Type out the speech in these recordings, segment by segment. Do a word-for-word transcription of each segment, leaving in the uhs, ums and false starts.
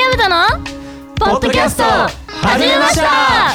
ムトのポッドキャスト始めました。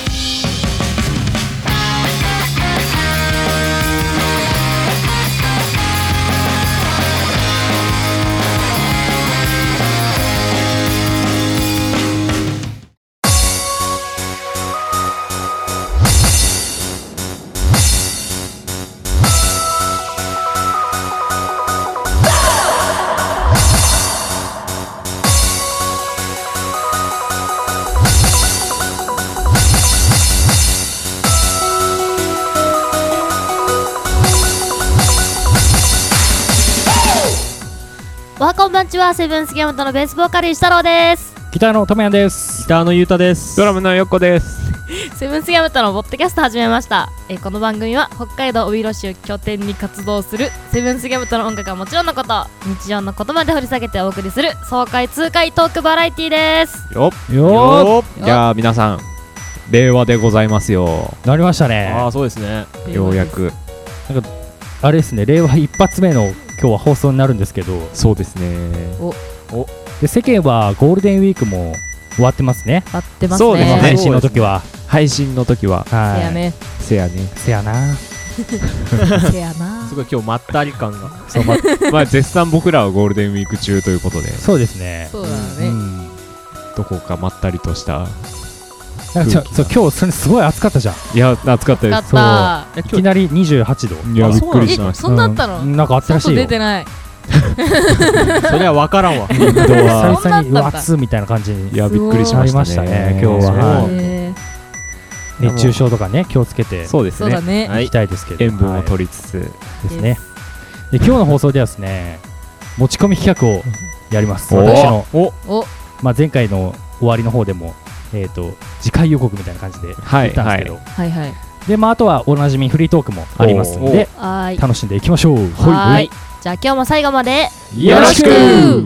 おはこんばんちは。セブンスギャムトのベースボーカル石太郎です。 ギターのともやんです。 ギターのゆうたです。 ドラムのよっこです。 セブンスギャムトのポッドキャスト始めました。えこの番組は北海道帯広市を拠点に活動するセブンスギャムトの音楽はもちろんのこと、日常のことまで掘り下げてお送りする爽快痛快トークバラエティです。 よっよっ。じゃあ皆さん令和でございますよ。 なりましたね。 ああそうですね。 ようやくなんかあれですね、令和一発目の今日は放送になるんですけど、 そうですね。 おおで世間はゴールデンウィークも終わってますね。 終わってますね。 そうですね。 配信の時は配信の時ははいせやねせやねせやなせやなすごい今日まったり感がそうままあ絶賛僕らはゴールデンウィーク中ということで、 そうですね。 そうだね、 うん、 どこかまったりとしたなんかちょそう今日それすごい暑かったじゃん。 いや暑かったです。 暑かった。 いきなりにじゅうはちど。 いやびっくりしました。 そんなあったの、 うん、なんかあったらしいよ。 外出てないそれは分からんわ。 久そんなあったんだ 々にうわつみたいな感じにいやびっくりしましたね。 ありましたね今日は。はいへ熱中症とかね気をつけてそうですね。 そうだね、 いきたいですけど、 塩分を取りつつですね。で今日の放送ではですね、持ち込み企画をやります。 お私のおおまあ前回の終わりの方でもえっと次回予告みたいな感じで言ったんですけど、 はいはい。 でまああとはおなじみフリートークもありますのではーい。 楽しんでいきましょう。 はーい。じゃあ今日も最後までよろしく。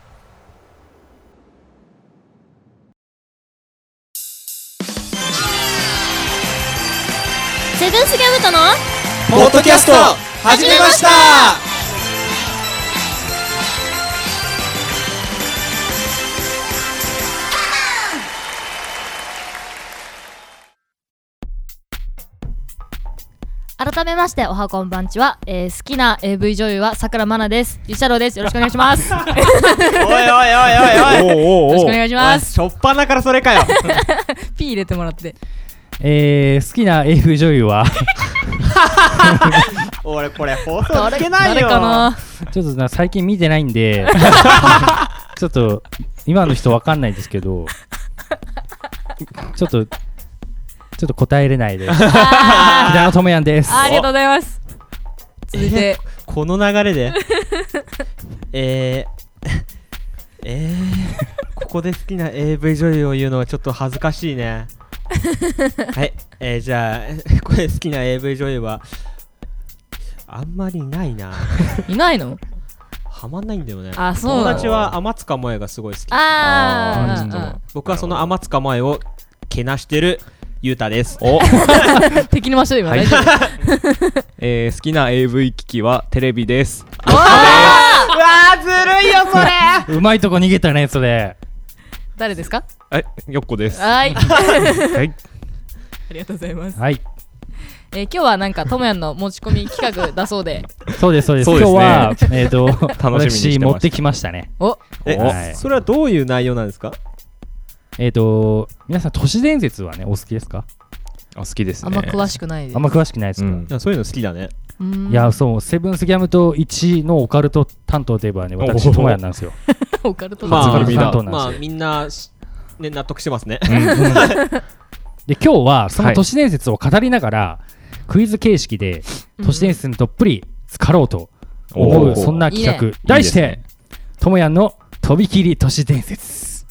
セブンスギャムトのポッドキャスト始めました。 改めましておはこんばんちは、えー、好きな エーブイ 女優はさくらまなです。ゆしゃろうです。よろしくお願いします。よおいおいおいおいおい。 ろしくお願いします。 しょっぱなからそれかよ。 ピー入れてもらって。 えー、好きな エーブイ 女優は俺これ放送誰つけないよ。 誰かな。 ちょっとな最近見てないんでちょっと今の人わかんないですけどちょっとちょっと答えれないです。木田のともやんです。 ありがとうございます。続いてこの流れでえーえーここで好きな エーブイ 女優を言うのはちょっと恥ずかしいね。はい、えー、じゃあこれ好きな エーブイ 女優はあんまりいないな。 いないの？ ハマんないんだよね。 あ、そうなの。 友達は天塚萌がすごい好き。 あー、 あー僕はその天塚萌をけなしてるゆうたです。 お敵に回してる今、大丈夫？ えー、好きな エーブイ 機器はテレビです。 うわーずるいよそれ。 うまいとこ逃げたねそれ。 誰ですか？ はいよっこです。 はい。 はいありがとうございます。 はいえー、今日はなんかともやんの持ち込み企画だそうで。 そうですそうです。 そうですね今日はえっ、ー、と楽しみにしてました私持ってきましたね。 おえ、 はいそれはどういう内容なんですか？ えっ、ー、と皆さん都市伝説はねお好きですか？ あ好きですね。 あんま詳しくないです。 あんま詳しくないですか？ うんいやそういうの好きだね。 うーんいやそうセブンスギャムといちのオカルト担当といえばね私おともやんなんですよ。 オカルトまあ初耳だ担当なんですよまあみんなしね納得してますね。 うんうんで今日はその都市伝説を語りながら、クイズ形式で都市伝説にどっぷり浸かろうと思う、 おーそんな企画いいね題していいですねともやんのとびきり都市伝説。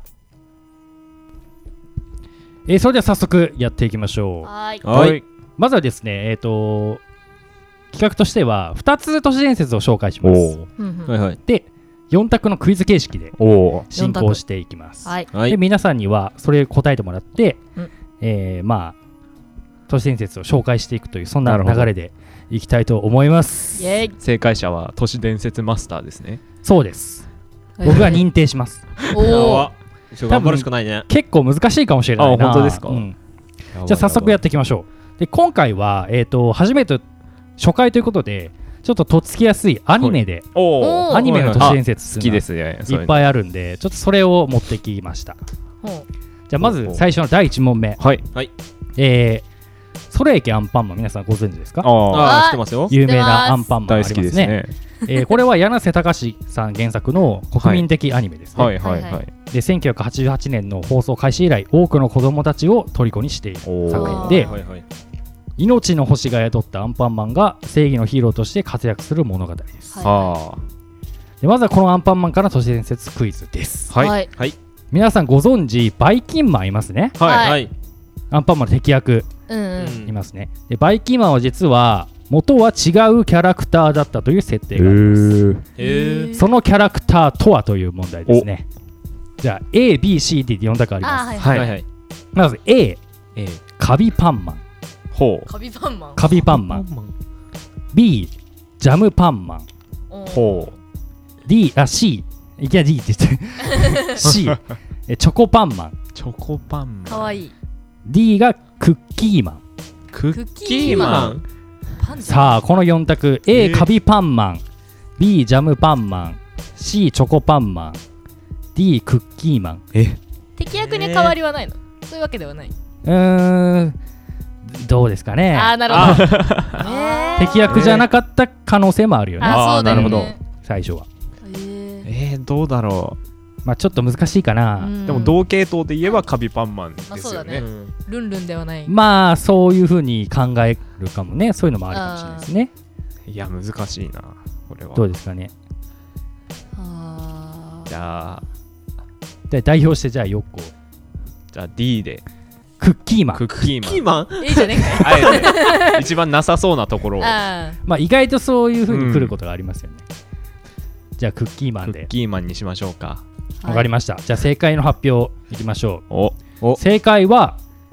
えー、それでは早速やっていきましょう。 はーい。 はいまずはですねえっ、ー、と企画としてはふたつ都市伝説を紹介します。 おーうんうんはいはいでよん択のクイズ形式でおー進行していきます。 はい。 はいで皆さんにはそれを答えてもらって、 うんえー、まあ都市伝説を紹介していくというそんななるほど流れでいきたいと思います。 イエーイ。 正解者は都市伝説マスターですね。 そうです。僕が認定します。 おお。 ちょっと頑張るしかないね。 結構難しいかもしれないな。 あ本当ですか。 うん、じゃあ早速やっていきましょう。で今回は、えー、と初めて初回ということでちょっととっつきやすいアニメで、 おおアニメの都市伝説好きですね。 いっぱいあるんでちょっとそれを持ってきました。 ほじゃあまず最初のだいいち問目、 はい。 えーソレイケアンパンマン皆さんご存知ですか？ ああああ、知ってますよ。 有名なアンパンマンありますね。 大好きですね。 えーこれは柳瀬隆さん原作の国民的アニメですね。 はいはいはいははい。 でせんきゅうひゃくはちじゅうはちねんの放送開始以来多くの子供たちを虜にしているおー作品で、 はいはい。 命の星が宿ったアンパンマンが正義のヒーローとして活躍する物語です。 はいはでまずはこのアンパンマンから都市伝説クイズです。 あ。はい。 はいはい。 皆さんご存知バイキンマンいますね。 はいはい。 アンパンマンの敵役うんうんいますね。でバイキンマンは実は元は違うキャラクターだったという設定があります。 へえ。 そのキャラクターとはという問題ですね。じゃあ A、B、C、D ってよん択あります。 あはいはいはいはい。 まず A、 えカビパンマン。 ほカビパンマンカビパンマン。B、ジャムパンマン。 おう。ほ D、あ、C、いきなり D って言って。C、えチョコパンマン。 う。チョコパンマン。 かわいい D がクッキーマン。 ククッッキーキーマンマン。 パンさあこのよん択 A、 えーカビパンマン B、ジャムパンマン C、チョコパンマン D、クッキーマン。 え敵役に変わりはないのそういうわけではないうーんどうですかね。 あーなるほどえー敵役じゃなかった可能性もあるよね、 あそうだよねあーなる最初は。 へーえー、どうだろまあちょっと難しいかな、 うんう。でも同系統で言えばカビパンマンですよねまあそうだね。ルンルンではないまあそういうふうに考えるかもね。そういうのもあるかもしれないですね。 いや難しいなこれは。 どうですかね。 あーじゃあで代表してじゃあよっこじゃあ D でクッキーマン。 クッキーマン。 キーマン。 いいじゃねえかよあえて一番なさそうなところを。 あまあ意外とそういうふうに来ることがありますよね、じゃあクッキーマンでクッキーマンにしましょうか。 ーわかりました。じゃあ正解の発表いきましょおう。 お正解は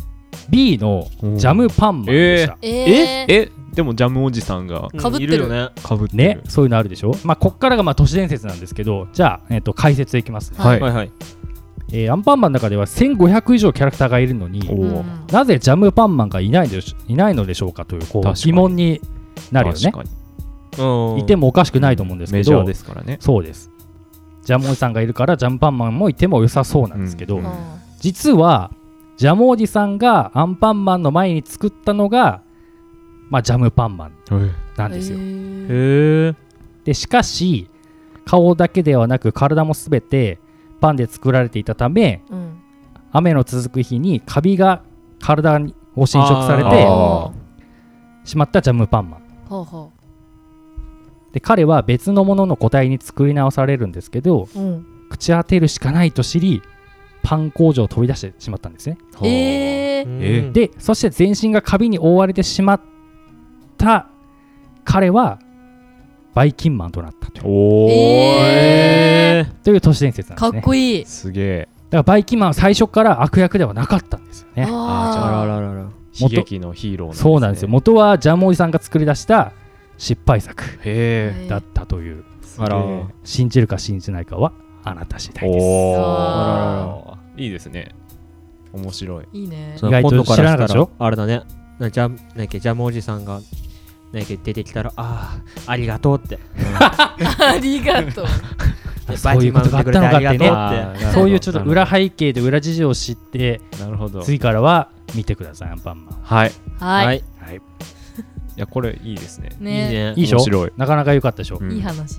B のジャムパンマンでした。 ええーえでもジャムおじさんがかぶってるいるよね。 かぶってる。 ね、そういうのあるでしょ。まあこっからがまあ都市伝説なんですけど、じゃあ、えっと解説いきますね。 はいはいはい。 えーアンパンマンの中ではせんごひゃく以上キャラクターがいるのに、 おお、 うんなぜジャムパンマンがいないでしいないのでしょうかというこう確かに疑問になるよね。 確かにうん。 いてもおかしくないと思うんですけど、 メジャーですからね。 そうです。ジャムおじさんがいるからジャムパンマンもいても良さそうなんですけど、 うん実はジャムおじさんがアンパンマンの前に作ったのが、まあ、ジャムパンマンなんですよ。 へーへえ。 でしかし顔だけではなく体もすべてパンで作られていたため、 うん雨の続く日にカビが体にを侵食されあてーしまったジャムパンマンほうほで、彼は別のものの個体に作り直されるんですけど、 ううん朽ち果てるしかないと知りパン工場を飛び出してしまったんですね。 えーえでそして全身がカビに覆われてしまった彼はバイキンマンとなったというおお、 えという都市伝説なんかですね。 っこいいすげえ。 だからバイキンマンは最初から悪役ではなかったんですよね。 あじゃああらららら。 悲劇のヒーローなんですね。 そうなんですよ。元はジャムおじさんが作り出した失敗作へえ。 だったという、 あら。 信じるか信じないかはあなた次第です。 おあお、いいですね。面白い。 いいねそう意外と今度から知らなかったでしょあれだね。なジャムなんだっけジャムおじさんがなんだっけ出てきたらああありがとうって。 ありがとうでそういうことがあったのかってねバイキンマン見てくれてありがとうって。 そういうちょっと裏背景で裏事情を知ってなるほど。 次からは見てくださいアンパンマン。 はい。いはい、 はい。 はい、 やこれいいですね。 いいねね。 いいでしょ面白い。 なかなか良かったでしょ、 うんいい話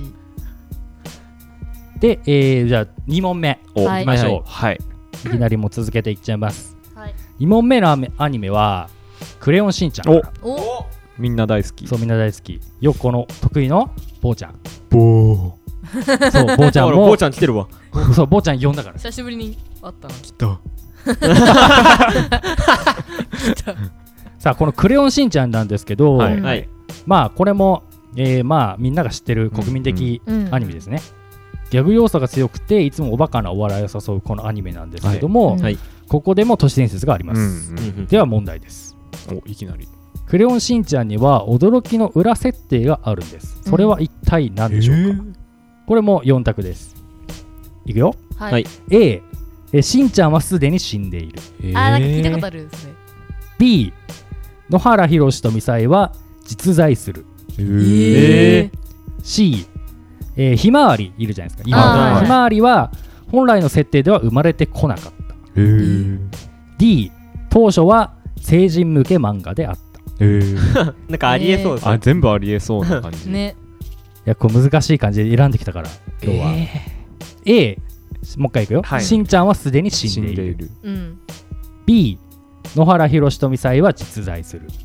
で、えー、じゃあに問目おはいいきましょう、 はい。 いきなりもう続けていっちゃいますはいに問目のアメアニメはクレヨンしんちゃんからおみんな大好き。 そうみんな大好きよっこの得意のボーちゃんボそうボーちゃんもほらぼうちゃん来てるわ。 そうボーちゃん呼んだから久しぶりに会ったな来た。 さあこのクレヨンしんちゃんなんですけど、 はいはい。 まあこれも、えー、まあみんなが知ってる国民的うんアニメですね、ギャグ要素が強くていつもおバカなお笑いを誘うこのアニメなんですけども、 はいはい。 ここでも都市伝説があります、 うんうんでは問題です。 おいきなり。 クレヨンしんちゃんには驚きの裏設定があるんです。それは一体何でしょうか、これもよん択です。いくよ。 はい、 はい A、ええーしんちゃんはすでに死んでいる。 えーあーなんか聞いたことあるですね。 B 野原ひろしとミサイは実在する。 えーえ C、えーひまわりいるじゃないですか。今あーひまわりは本来の設定では生まれてこなかった。 えー D 当初は成人向け漫画であった。 えーなんかありえそうですね。 あ全部ありえそうな感じ。 ね。 いやこう難しい感じで選んできたから今日は、A もう一回いくよ、 はいしんちゃんはすでに死んでいる。 死んでいる。 うん。 B 野原ひろしとミサイは実在する。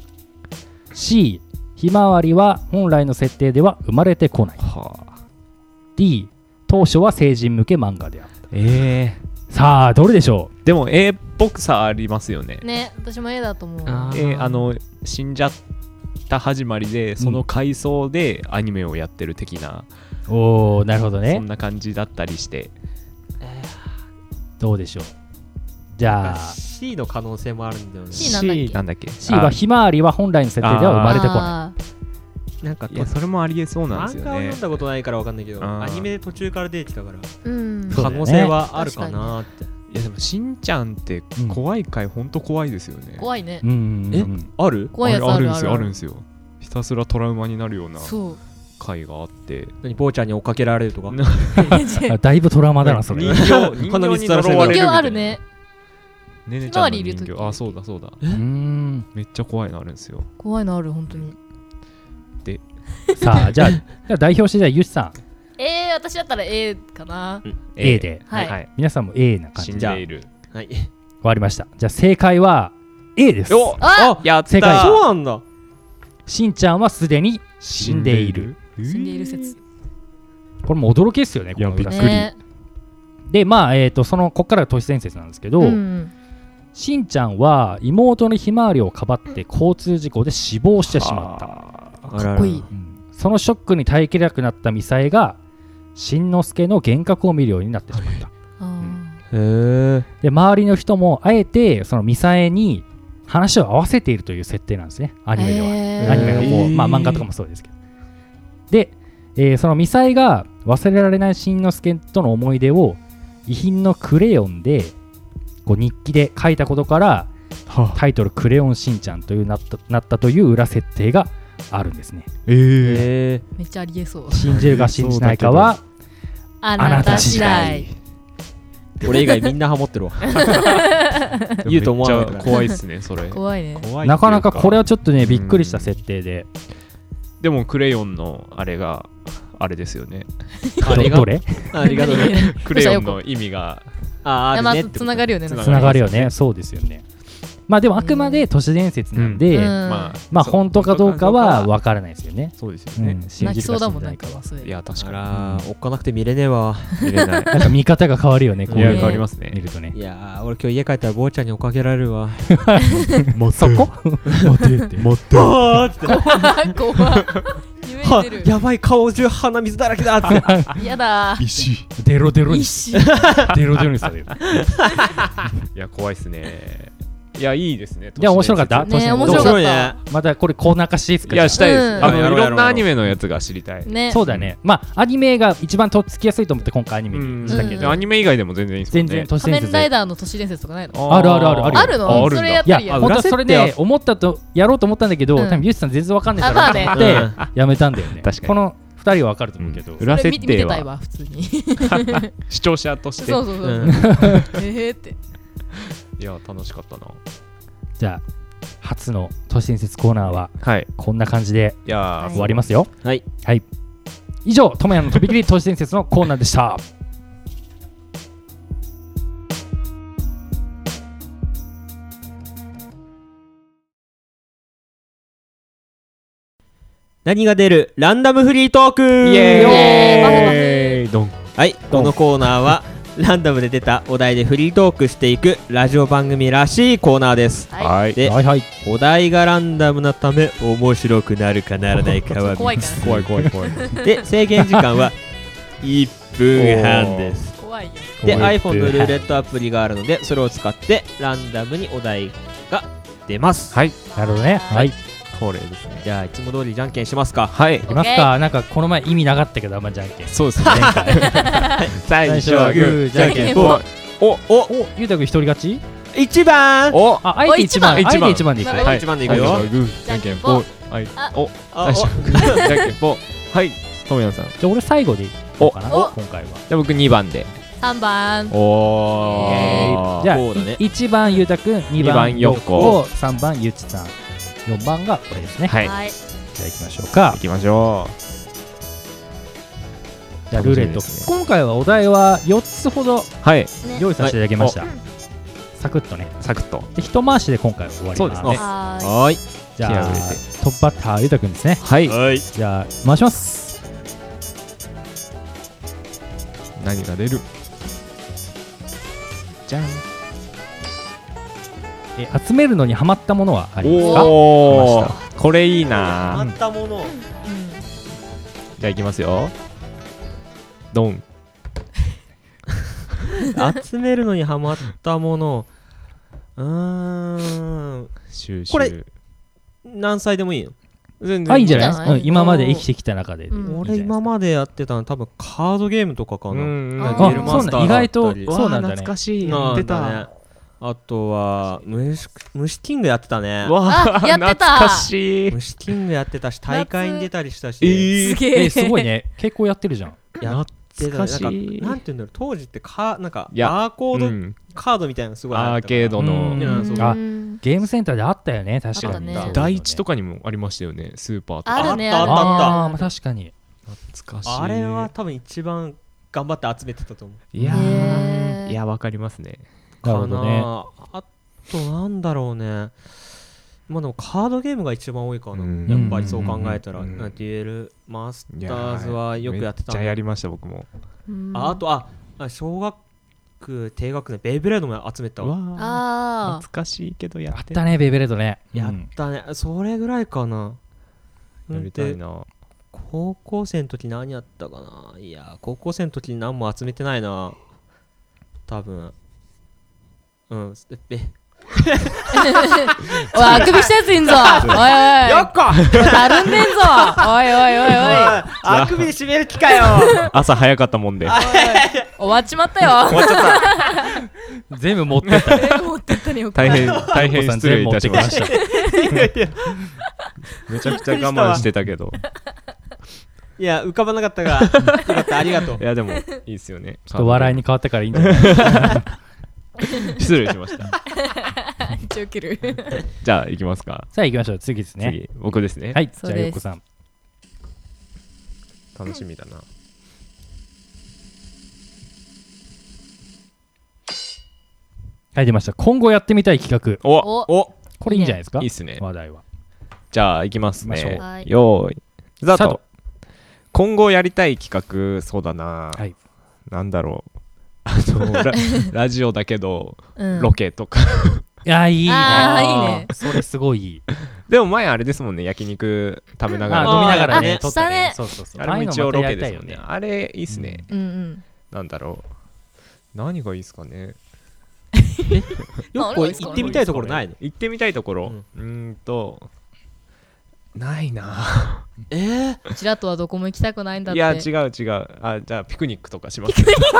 C ひまわりは本来の設定では生まれてこない。 はあ。 D 当初は成人向け漫画であった。 えさあどれでしょー、でも A っぽくさありますよね。 ね、私も A だと思う。 あえーあの死んじゃった始まりでその回想でアニメをやってる的な、 う。おおなるほどそね。 んな感じだったりして。 どうでしょう。じゃあ C の可能性もあるんだよね。 C なんだっけ C なんだっけ C はひまわりは本来の設定では生まれてこなあなんかいやそれもありえそうなんですよね漫画を読ん。だことないからわかんないけど、 あーアニメで途中から出てきたからーうん。 そうだよね可能性はあるかなって。 いやでもしんちゃんって怖い回ほんと怖いですよね。 怖いねい。。うんうんうんえある？ 怖いやつあるあるんですよあるんですよ。ひたすらトラウマになるようなそう。 回があって。 何坊ちゃんに追っかけられるとか？ あだいぶトラウマだなそれ。 人形人形に呪われるみたいな。 今日あるね。 ねねちゃんの人ひまわりいる時形。あそうだそうだ。 うーんめっちゃ怖いのあるんですよ。 怖いのある、本当に。 さあじゃあじゃあ代表してじゃあゆしさんえー、私だったら A かな。 A ではいはい。 皆さんも A な感死じでわんでいる。 はい。 かりました。じゃあ正解は A です。 おあやったー。 正解そうなんだ。 しんちゃんはすでに死んでいる。 死んでいる説。 これも驚きですよね。この裏いやびっくりね。 でまあえっ、とそのこっからが都市伝説なんですけど、 うん。 しんちゃんは妹のひまわりをかばって交通事故で死亡してしまった。 た。 かっこいい。 うんそのショックに耐えきれなくなったミサエがしんのすけの幻覚を見るようになってしまった。 あへえ。 で周りの人もあえてそのミサエに話を合わせているという設定なんですね、アニメでは。 へーアニメのこう、 へーまあ、漫画とかもそうですけど。で、えーそのミサエが忘れられないしんのすけとの思い出を遺品のクレヨンでこう日記で書いたことからはタイトル「クレヨンしんちゃん」というなったなったという裏設定があるんですね。 えー。 へえ。 ーめっちゃありえそう。 信じるか信じないかはあなた次なた次第第。 俺以外みんなハモってるわ。言うと思わないからめっちゃ怖いっすねそれ。 怖いね。 怖いっていうかなかなかこれはちょっとねびっくりした設定で。 でもクレヨンのあれがあれですよね。 あれがどれありがとうね。 クレヨンの意味があー、 まああるねってこと。 つながるよね。 つなつながるよね。そうですよね。まあでもあくまで都市伝説なんで、 うんまあまあ本当かどうかはわ分からないですよね。 そうですよね。 うん、信泣きじるかそうだもんなん信じないかは。 かそれ。 いや確あからー、おっかなくて見れねえわ。 に見れない。 なんか見方が変わるよね、こういやいうの変わりますね。 見るとねい。やー、俺今日家帰ったら坊ちゃんに追っかけられるわ。 そこ待てって。 持ってあーって。 怖い。夢には出る。 やばい、顔中鼻水だらけだって。 やだー。 石。 デロデロに、 石。 デロデロにされる。 いや怖いっすね。いやいいですね。 いや面白かったね面都市伝説白かった面白いね。 またこれコーナー化していいですか。 いやしたいです。 うんあのいやろうやろうろんなアニメのやつが知りたい。 ね。 そうだね。まあアニメが一番とっつきやすいと思って今回アニメうんにしたけど、 うんアニメ以外でも全然いいですもんね。 全然都市仮伝説で。 面ライダーの都市伝説とかないの？ あるあるあるあるあるの？ ああるんだそれやっいやたりやる。 本当はそれね思ったとやろうと思ったんだけど、 うん多分ゆうしさん全然わかんないからあまあねと思ってやめたんだよね。 確かにこの二人はわかると思うけど。 裏設それ見見て定はたいわ普通に。 視聴者として。 そうそうそう。 うんえーって。 いや楽しかったな。 じゃあ初の都市伝説コーナーははい。 こんな感じでいや終わりますよ。 はい。 はい。以上、ともやのとびきり都市伝説のコーナーでした。 何が出るランダムフリートーク。 イイエーイエーイドン。 はい、このコーナーはランダムで出たお題でフリートークしていくラジオ番組らしいコーナーです。 はい。 はい。 で、 はいはい。 お題がランダムなため面白くなるかならないかは怖いから。 怖い怖い怖い。 で、制限時間はいっぷんはんです。 怖いよ。 で、 怖い iPhone のルーレットアプリがあるのでそれを使ってランダムにお題が出ます。 はい。 なるほどね。はい。い恒例ですね。 じゃあいつも通りじゃんけんしますか。 はい。 きますか。なんかこの前意味なかったけど、あんまじゃんけん。 そうですね。 前回。 最初はグー、じゃんけんぽい。 おおおゆうたくん一人勝ち。 いちばんおああえて一番あえて一番一番でいく。 はいはい一番でいくよはいグーじゃんけんぽんはいあおあ最初グーじゃんけんぽんはいともやんさんじじゃあ俺最後でいこうかなお今回は。 ゃあ僕にばんでさんばんおーじゃあそうだねいいちばんゆうたくん、にばにばんんよっよっここ、さんばんゆうちさん、よんばんが俺ですね。 はいはいじゃあ行きましょうか行。きましょじゃあルーレット、 楽しみですね今回はお題はよっつほどうはいね用意させていただきました。 はいサクッとね。 サクッとで一回しで今回は終わります。 そうですねはーいはーいじゃあ気合を入れてトップバッターゆうたくんですね。 はいはいじゃあ回します。 何が出るじゃんえ集めるのにハマったものはありますか？ お来まーこれいいなあったものうんじゃあいきますよドン集めるのにハマったものうーん収集これ何歳でもいいの全あいいんじゃないいいんじゃないうん今まで生きてきた中で。 うん俺今までやってたの多分カードゲームとかかな、 うんあゲルマスターそうなん意外とだったりそうなんだね懐かしいなんだね出たあとは虫虫キングやってたねわあやってた懐かしい虫キングやってたし大会に出たりしたしえーすげええすごいね結構やってるじゃん。 やってた懐かしなんいかなんて言うんだろう当時ってかなんかいやバーコードうんカードみたいなのすごいアーケードのうんうんそうあうんゲームセンターであったよね確かに。 あったね第一とかにもありましたよねスーパーとかあるねあったあったああまあ確かに。 懐かしいあれは多分一番頑張って集めてたと思ういやへーーいやわかりますねなるほどね。 かなあとなんだろうねまあでもカードゲームが一番多いかな、 うんやっぱりそう考えたら、 うんデュエルマスタいやーズはよくやってたねめっちゃやりました僕もうんああとああ小学低学年ベイブレードも集めてたわうわーあ懐かしいけどやっあってたねベイブレードね。 やっうんたね、それぐらいかなやりたいでな高校生の時何やったかないや高校生の時に何も集めてないな多分うんべおいあくびしたやついんぞおいおいよっこたるんでんぞおいおいおいおいあくび締める気かよ朝早かったもんで終わっちまったよ終わっちゃった全部持ってった。 え持ってったねよ大変大変失礼いたしましたた。 めちゃくちゃ我慢してたけどいや浮かばなかったがよかったありがとういやでもいいですよねちょっと笑いに変わったからいいんじゃない？ 失礼しました一応切るじゃあ行きますかさあ行きましょう次ですね。 次僕ですねはいじゃあそうですよっこさん。 楽しみだなはい出ました。今後やってみたい企画。 おおおこれいいんじゃないですか？ いいっすね話題は。 じゃあ行きます行きましょねうはいよーいスタースタートト今後やりたい企画そうだなはい。 なんだろうあのララジオだけどうんロケとかいやいいね。 あーいいねそれすごいいい。 でも前あれですもんね焼肉食べながらあ飲みながらあね撮ったしたねね。そうそうそう。 あれも一応ロケですああいうのまたやりたいよよねあれいいっすねうんうんなんだろう何がいいっすかねよっこ行ってみたいところないの行ってみたいところうんうーんとないなえー、 ちらっとはどこも行きたくないんだっていや違う違うあじゃあピクニックとかします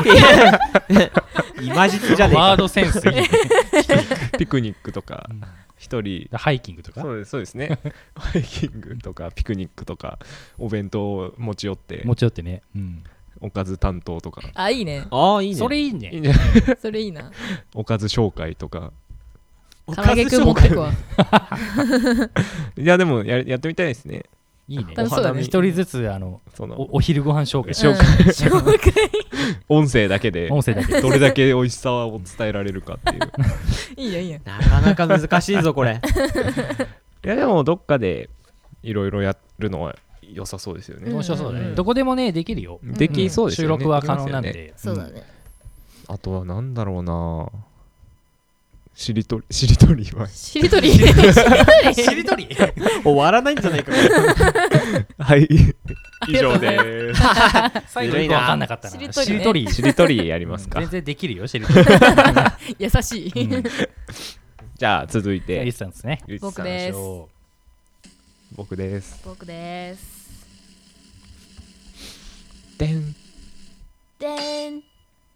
今時期じゃねえかワードセンスいいね。 ピクニックとかうん一人ハイキングとかそうですそうですねハイキングとかピクニックとかお弁当を持ち寄って持ち寄ってね。うん。 おかず担当とかあいいねああいいねそれいいいいね。 んじゃないそれいいなおかず紹介とか唐揚げくん持ってくわいやでもややってみたいですねいいね。 楽しそうだね一人ずつあのそのおお昼ご飯紹介。 紹うん紹介音声だけで音声だけ。 どれだけ美味しさを伝えられるかっていういいよいいよなかなか難しいぞこれいやでもどっかでいろいろやるのは良さそうですよね面白そうだね。 うんどこでもねできるよ。 できそうです収よね録は可能なんできますよねで。 そうだねあとはなんだろうなしりとりしりとりはしりとりしりとりしりとり。 終わらないんじゃないかこれはい以上でーす最後よくわかんなかったな。 しりとりねしりとり。 しりとりやりますか全然できるよしりとり。 優しいうんじゃあ続いじゃあてリスさんですね。 ゆうちさん僕です僕です僕ですでんでんえ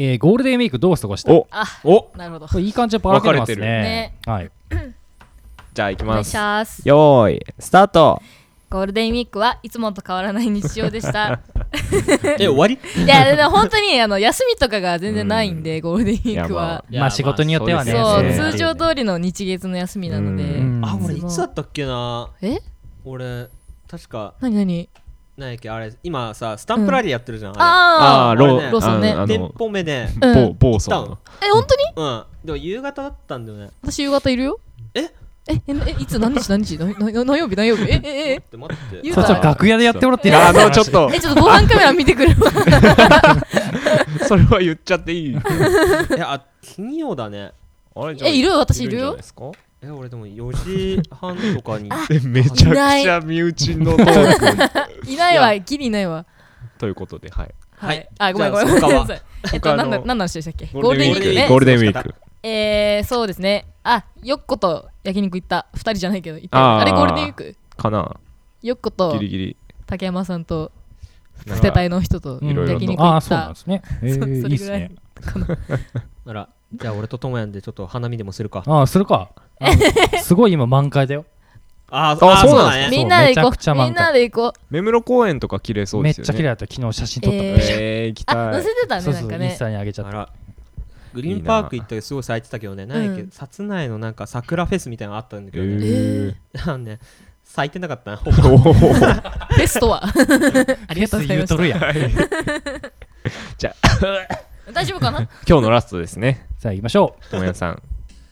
えー、ゴールデンウィークどう過ごした？ おあおなるほど。 これいい感じでばらけてます分かね。 ねはい。 じゃあ行きお願いします。 ます。 よーいスタート。 ゴールデンウィークはいつもと変わらない日常でしたえ終わりいやでも本当にあの休みとかが全然ないんで、ゴールデンウィークは。 いやまあ仕事によってはね。 そう、 ね通常通りの日月の休みなので。 うんあ俺いつだったっけな。 え俺確か何何なんやっけあれ今さスタンプラリーやってるじゃん、ああーあーロあれねローソンねあのれ店舗目でうん某某ソンのえ本当にうんでも夕方だったんだよね。 私夕方いるよ。 ええええいつ何日何日なな何曜日何曜日えええ待って待って言うそうそう、楽屋でやってもらっていいいやあのちょっとえちょっと防犯カメラ見てくるわそれは言っちゃっていい。 いやあ金曜だね。 あれじゃあえいる私いるよんじゃないですか。 え俺でもよじはんとかにえめちゃくちゃ身内のトークいないわギリいないわ。 ということで、はい。 はいあごめんごめんじゃあ他はごめんなさいえっと他の何だ何の話でしたっけ？ ゴゴールデンウィークねゴールデンウィーク。 えーそうですね。あよっこと焼肉行ったふたりじゃないけど行ったあーあれゴールデンウィークかな。 よっことギリギリ。 竹山さんとなんか捨て隊の人とうんいろいろと焼肉行ああ、 ったそうなんですね。えそー、 それぐらいいいっすね。 ならじゃあ俺とともやんでちょっと花見でもするか。 ああ、するか。あすごい今満開だよ。 ああそうなんだね。 みんなで行こめちゃくちゃうみん満開なで行こう。 目黒公園とか綺麗そうめっですよね。 ちゃ綺麗だった。昨日写真撮ったもん。 ええー、行きあたい。 載せてたねそうそう、インなんかねスタに上げちゃった。 あらグリーンパーク行ったけどすごい咲いてたけどね、なんやっけ、 うん薩内のなんか桜フェスみたいなのあったんだけえどね、 ー。 あのね咲いてなかったな。 おーベストはありがとうございまし言うとるやん。 じゃあた。大丈夫かな？ 今日のラストですね。 さあ行きましょともやさん。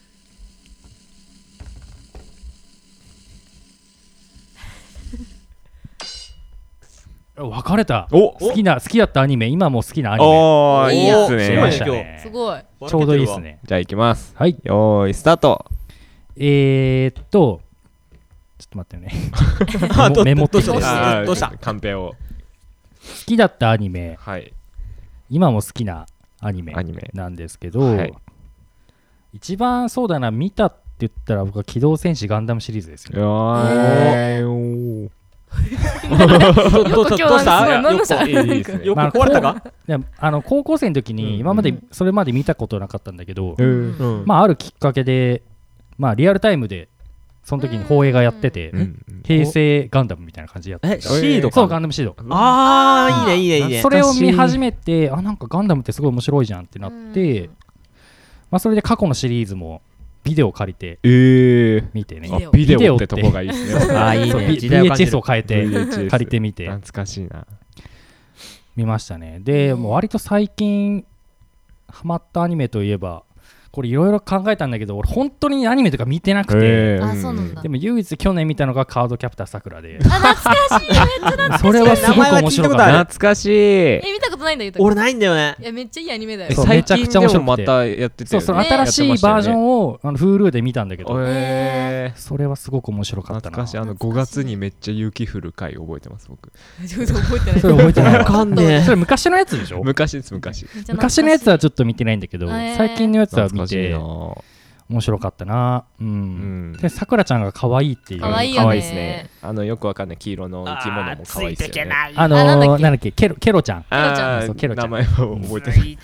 う。分かれた。 お好きな、好きだったアニメ、今も好きなアニメ。 おーいいっす知りおーましたね。 ねすごい。 ちょうどいいっすね。 じゃあ行きます。 はい。 よーいスタート。 えーっと、ちょっと待ってね。 あどメモってどうしたあーどうしたカンペを。 好きだったアニメ、 はい。 今も好きなアニメアニメ。 なんですけど、 はい一番そうだな、見たって言ったら僕は機動戦士ガンダムシリーズですよね。 えーおーどどどどうしたよく今日なんかすごいよいいですね。 よく壊れたか。 であの高校生の時うんに今までそれまで見たことなかったんだけど、 うんうんまああるきっかけで、まあリアルタイムでその時に放映がやってて、 うん平成ガンダムみたいな感じでやってえシードそうか。 ガンダムシード。 あーいいねいいねいいね。 それを見始めて、あなんかガンダムってすごい面白いじゃんってなって、まあそれで過去のシリーズもビデオ借りてえー見てね。 ビデオあビデオってとこがいいですね。 あーいいねそうビ時代を感じるブイエイチエス を変えてブイエイチエス借りてみて懐かしいな。 見ましたね。でもう割と最近ハマったアニメといえばこれいろいろ考えたんだけど俺本当にアニメとか見てなくて、 えーあそうなんだでも唯一去年見たのがカードキャプターさくらであ懐かしいめっちゃ懐かしい。 それはすごく面白か名前は聞いたことあったる懐かしい。 え見たことないんだよ。 俺ないんだよね。 いやめっちゃいいアニメだよえ。そう最めちゃく近でちゃ面白くてもまたやってて。 そうそのね新しいバージョンをあの Hulu で見たんだけど、 えーそれはすごく面白かったな。 懐かしい。あのごがつにめっちゃ雪降る回覚えてます僕。 ちょっと覚えてない。 それ覚えてないわかんねえそれ昔のやつでしょ？ 昔です昔。 めっちゃ懐かしい昔のやつはちょっと見てないんだけど、 へー最近のやつは見懐かしいな。 て面白かったな。うん。 うんでさくらちゃんが可愛いっていう。 可愛いよね可愛いですね。あのよくわかんない黄色の生き物も可愛いですよね。 あのあなんだっけー、なんだっけケロケロちゃんあーそうケロちゃん名前は覚えてない。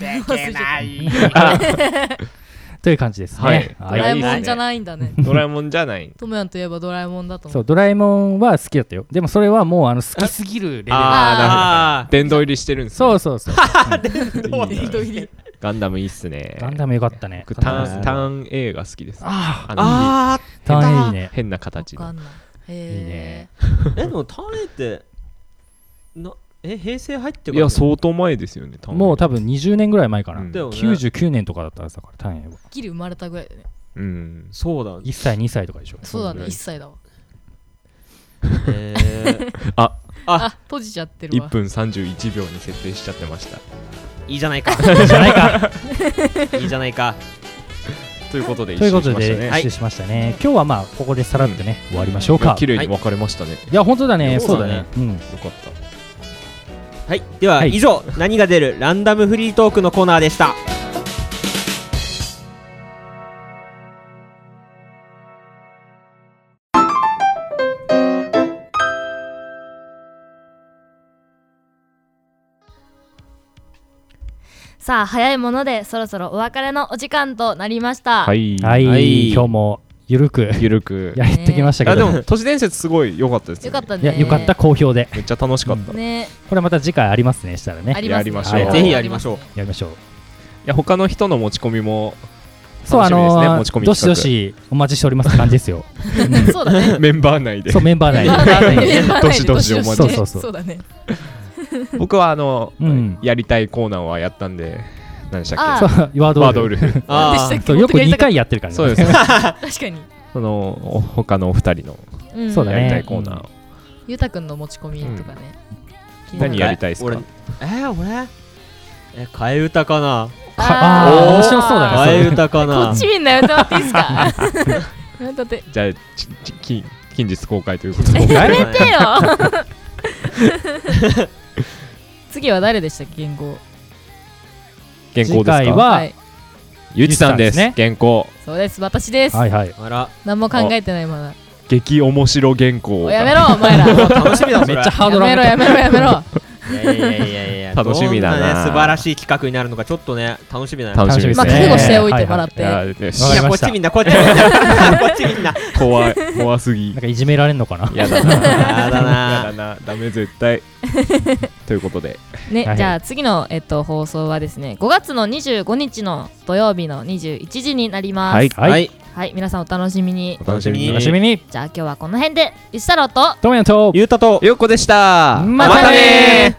という感じですね。 はいドラえいやいいっすねもんじゃないんだね。 ドラえもんじゃない。 トモヤンといえばドラえもんだと思う。 そうドラえもんは好きだったよ。でもそれはもうあの好きすぎるレベル。 ああ殿堂入りしてるんですね。 そうそうそう。 いいなド入りガンダムいいっすね。 ガンダムよかったね。 僕ターンターン A が好きです。 ああのあターンいいね。 変な形のわかん。ない。へえ。 ーえでもターン A ってなえ平成入ってからいや相当前ですよね。ターン A もう多分にじゅうねんぐらい前かな。 うんだよねきゅうじゅうきゅうねんとかだったらさ、これターン A は。 ギリ生まれたぐらいだね。 うん。 そうだいっさいにさいとかでしょ。 そうだね。 そうねいっさいだわ。 えーああ閉じちゃってるいっわ。 ぷんさんじゅういちびょうに設定しちゃってました。 いいじゃないかじゃないか。 いいじゃないか。 ということでということで、 一周しましたね。 失礼しましたね。今日はまあここでさらっとね、終わりましょうか。 綺麗に分かれましたね。 いや本当だね。 そだねそううだね。うん。 よかった。 はいでは、 はい以上何が出るランダムフリートークのコーナーでした。 さあ早いものでそろそろお別れのお時間となりました。 はいはい、 はい今日もゆるくゆるくやってきましたけど、 あでも都市伝説すごい良かったですね。 よかったね。 いやよかった、好評で。 めっちゃ楽しかった、いね。 これまた次回ありますね、したらね。 ありますね。 やりましょうはいぜひやりましょう。 やりましょう。 や他の人の持ち込みもそう、あ楽しみですね、 の持ち込みー、どしど企しお待ちしておりますって感じですよ。 そうだね。 画メンバー内でそう、メンバー内メンバー内でで。 メンバー内でどしどしお待ちそうそうそうそうだね。 僕はあの、 うんやりたいコーナーはやったんで何でしたっあそう、ワーけドワードウルフなんであしたっけそうよくにかいやってるからね。 そうです確かに。 そのお他のお二人のうんそうだねやりたいコーナーを、 ゆうたくんの持ち込みとかね。 何やりたいですか？ 俺えー、俺え替え歌かな。 かあー、面白そうだ替えね。 歌かこなっ。ちみんなやってもらっていいですか？やめて。 じゃあちち近近日公開ということえでやめてよ。次は誰でしたっけ？原稿。 次原稿ですか？ 回は、 はい。 ゆうちさんです。 ゆうちさんです原稿そうです。私です。 はいはい。 あら何も考えてないまだ。 激面白原稿がおやめろお前ら。 楽しみだそれ。 めっちゃハードルやめろやめろやめろ。 いやいやいやいやいや楽しみだなどんね素晴らしい企画になるのかちょっとね楽しみだね。 まあ楽しみですね覚悟しておいてもらって。 いやよわしいやかりましたこっちみんなこっちみんなこっちみんな。 怖い怖すぎなんかいじめられんのかな。 やだなやだやだな。 なダメ絶対ということでね、 はいじゃあ次の、えっと、放送はですねごがつのにじゅうごにちの土曜日のにじゅういちじになります。 はいはい。 はい。 はい、皆さんお楽しみに。 お楽しみに楽しみに。 じゃあ今日はこの辺で、石太郎とともやんと、 ゆうたとゆうこでしたまたねー。